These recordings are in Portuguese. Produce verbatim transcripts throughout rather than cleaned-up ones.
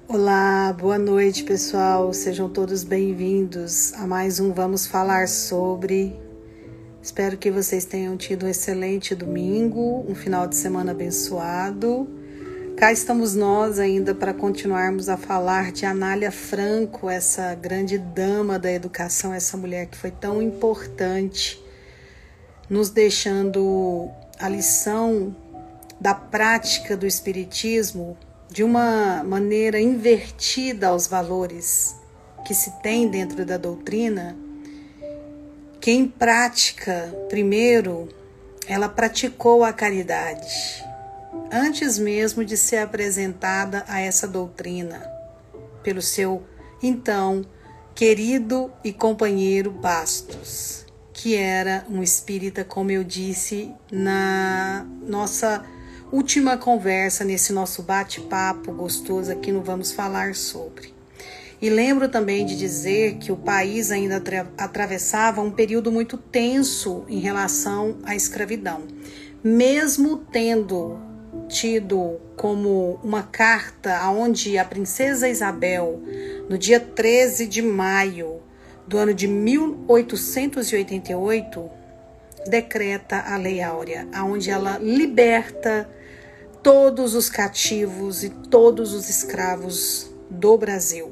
Olá, boa noite pessoal, sejam todos bem-vindos a mais um Vamos Falar Sobre. Espero que vocês tenham tido um excelente domingo, um final de semana abençoado. Cá estamos nós ainda para continuarmos a falar de Anália Franco, essa grande dama da educação, essa mulher que foi tão importante, nos deixando a lição da prática do espiritismo de uma maneira invertida aos valores que se tem dentro da doutrina, que em prática, primeiro, ela praticou a caridade, antes mesmo de ser apresentada a essa doutrina, pelo seu, então, querido e companheiro Bastos, que era um espírita, como eu disse, na nossa última conversa, nesse nosso bate-papo gostoso aqui no Vamos Falar Sobre. E lembro também de dizer que o país ainda atra- atravessava um período muito tenso em relação à escravidão. Mesmo tendo tido como uma carta onde a princesa Isabel, no dia treze de maio do ano de mil oitocentos e oitenta e oito, decreta a Lei Áurea, onde ela liberta todos os cativos e todos os escravos do Brasil.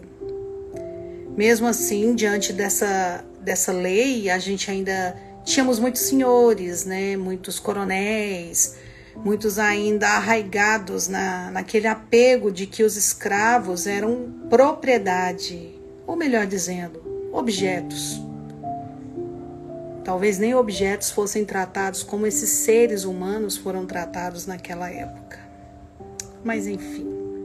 Mesmo assim, diante dessa, dessa lei, a gente ainda tínhamos muitos senhores, né? Muitos coronéis, muitos ainda arraigados na, naquele apego de que os escravos eram propriedade, ou melhor dizendo, objetos. Talvez nem objetos fossem tratados como esses seres humanos foram tratados naquela época. Mas enfim.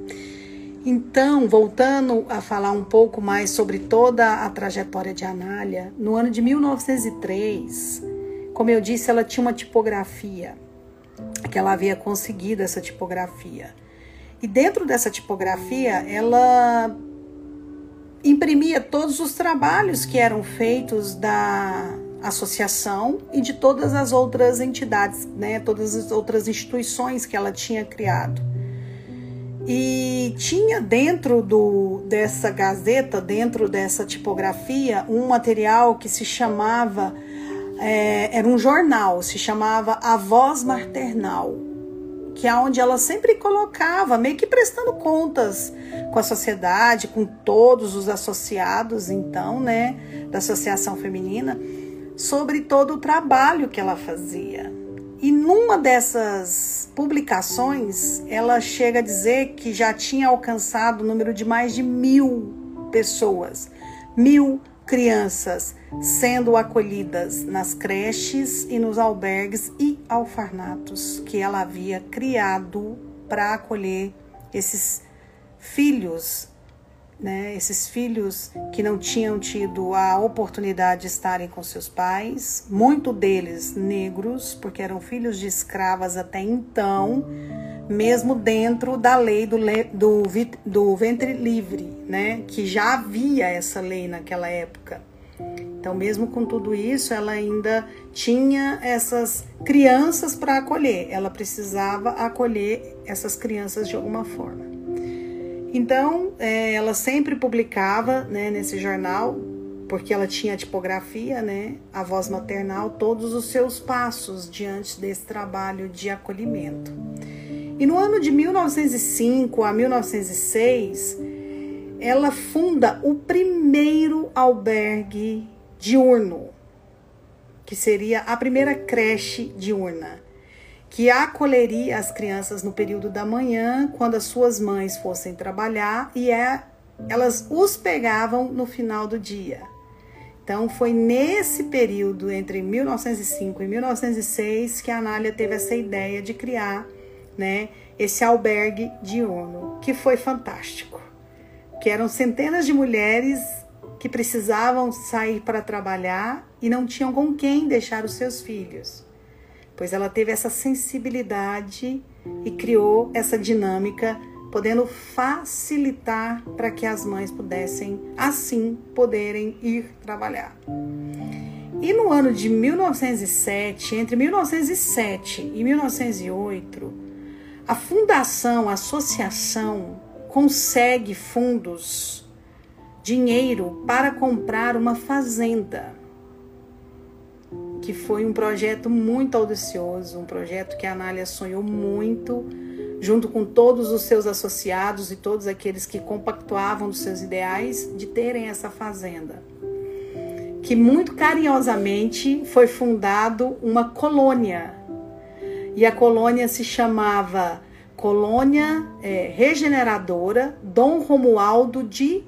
Então, voltando a falar um pouco mais sobre toda a trajetória de Anália, no ano de mil novecentos e três, como eu disse, ela tinha uma tipografia, que ela havia conseguido essa tipografia. E dentro dessa tipografia, ela imprimia todos os trabalhos que eram feitos da associação e de todas as outras entidades, né, todas as outras instituições que ela tinha criado. E tinha dentro do, dessa gazeta, dentro dessa tipografia, um material que se chamava, é, era um jornal, se chamava A Voz Maternal, que é onde ela sempre colocava, meio que prestando contas com a sociedade, com todos os associados, então, né, da Associação Feminina, sobre todo o trabalho que ela fazia. E numa dessas publicações, ela chega a dizer que já tinha alcançado o número de mais de mil pessoas, mil crianças sendo acolhidas nas creches e nos albergues e orfanatos que ela havia criado para acolher esses filhos, né, esses filhos que não tinham tido a oportunidade de estarem com seus pais, muito deles negros, porque eram filhos de escravas até então, mesmo dentro da lei do, do, do ventre livre, né, que já havia essa lei naquela época. Então, mesmo com tudo isso, ela ainda tinha essas crianças para acolher, ela precisava acolher essas crianças de alguma forma. Então, é, ela sempre publicava, né, nesse jornal, porque ela tinha a tipografia, né, A Voz Maternal, todos os seus passos diante desse trabalho de acolhimento. E no ano de mil novecentos e cinco a mil novecentos e seis, ela funda o primeiro albergue diurno, que seria a primeira creche diurna, que acolheria as crianças no período da manhã, quando as suas mães fossem trabalhar, e é, elas os pegavam no final do dia. Então, foi nesse período, entre mil novecentos e cinco e mil novecentos e seis, que a Anália teve essa ideia de criar, né, esse albergue diurno, que foi fantástico. Que eram centenas de mulheres que precisavam sair para trabalhar e não tinham com quem deixar os seus filhos. Pois ela teve essa sensibilidade e criou essa dinâmica, podendo facilitar para que as mães pudessem, assim, poderem ir trabalhar. E no ano de mil novecentos e sete, entre mil novecentos e sete e mil novecentos e oito, a fundação, a associação consegue fundos, dinheiro para comprar uma fazenda, que foi um projeto muito audacioso, um projeto que a Anália sonhou muito, junto com todos os seus associados e todos aqueles que compactuavam dos seus ideais, de terem essa fazenda. Que muito carinhosamente foi fundado uma colônia. E a colônia se chamava Colônia é, Regeneradora Dom Romualdo de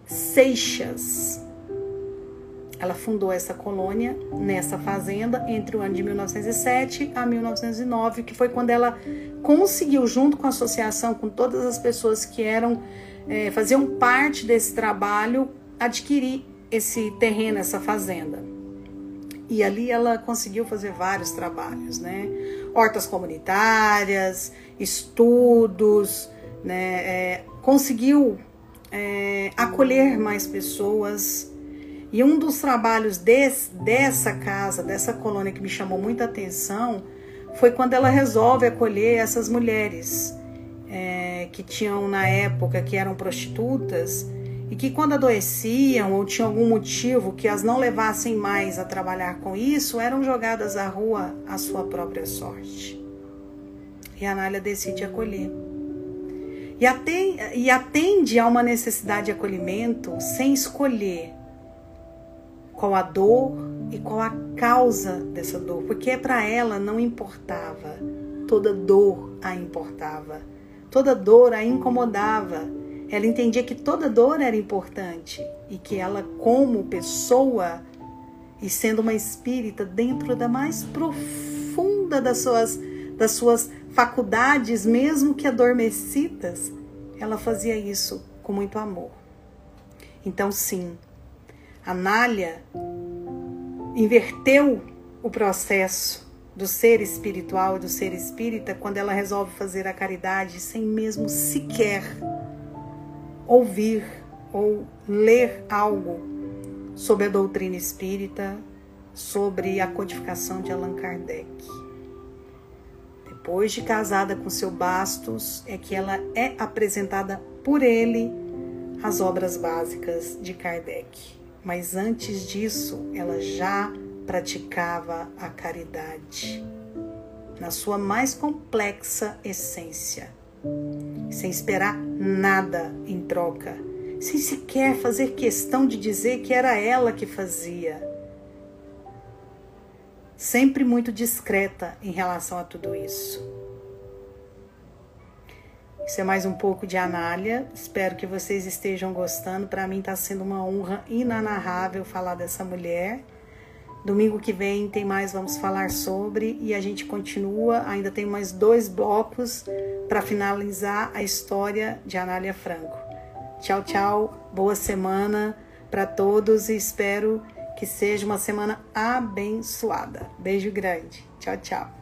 Seixas. Ela fundou essa colônia nessa fazenda entre o ano de mil novecentos e sete a mil novecentos e nove, que foi quando ela conseguiu, junto com a associação, com todas as pessoas que eram é, faziam parte desse trabalho, adquirir esse terreno, essa fazenda. E ali ela conseguiu fazer vários trabalhos, né? Hortas comunitárias, estudos, né? É, conseguiu é, acolher mais pessoas. E um dos trabalhos desse, dessa casa, dessa colônia, que me chamou muita atenção, foi quando ela resolve acolher essas mulheres é, que tinham na época, que eram prostitutas, e que quando adoeciam ou tinham algum motivo que as não levassem mais a trabalhar com isso, eram jogadas à rua à sua própria sorte. E a Anália decide acolher. E atende, e atende a uma necessidade de acolhimento sem escolher qual a dor e qual a causa dessa dor, porque para ela não importava, toda dor a importava, toda dor a incomodava. Ela entendia que toda dor era importante e que ela, como pessoa e sendo uma espírita dentro da mais profunda das suas, das suas faculdades, mesmo que adormecidas, ela fazia isso com muito amor. Então, sim, a Anália inverteu o processo do ser espiritual e do ser espírita quando ela resolve fazer a caridade sem mesmo sequer ouvir ou ler algo sobre a doutrina espírita, sobre a codificação de Allan Kardec. Depois de casada com seu Bastos, é que ela é apresentada por ele as obras básicas de Kardec. Mas antes disso, ela já praticava a caridade na sua mais complexa essência, sem esperar nada em troca, sem sequer fazer questão de dizer que era ela que fazia. Sempre muito discreta em relação a tudo isso. Isso é mais um pouco de Anália. Espero que vocês estejam gostando. Para mim está sendo uma honra inenarrável falar dessa mulher. Domingo que vem tem mais, vamos falar sobre, e a gente continua, ainda tem mais dois blocos para finalizar a história de Anália Franco. Tchau, tchau, boa semana para todos e espero que seja uma semana abençoada. Beijo grande, tchau, tchau.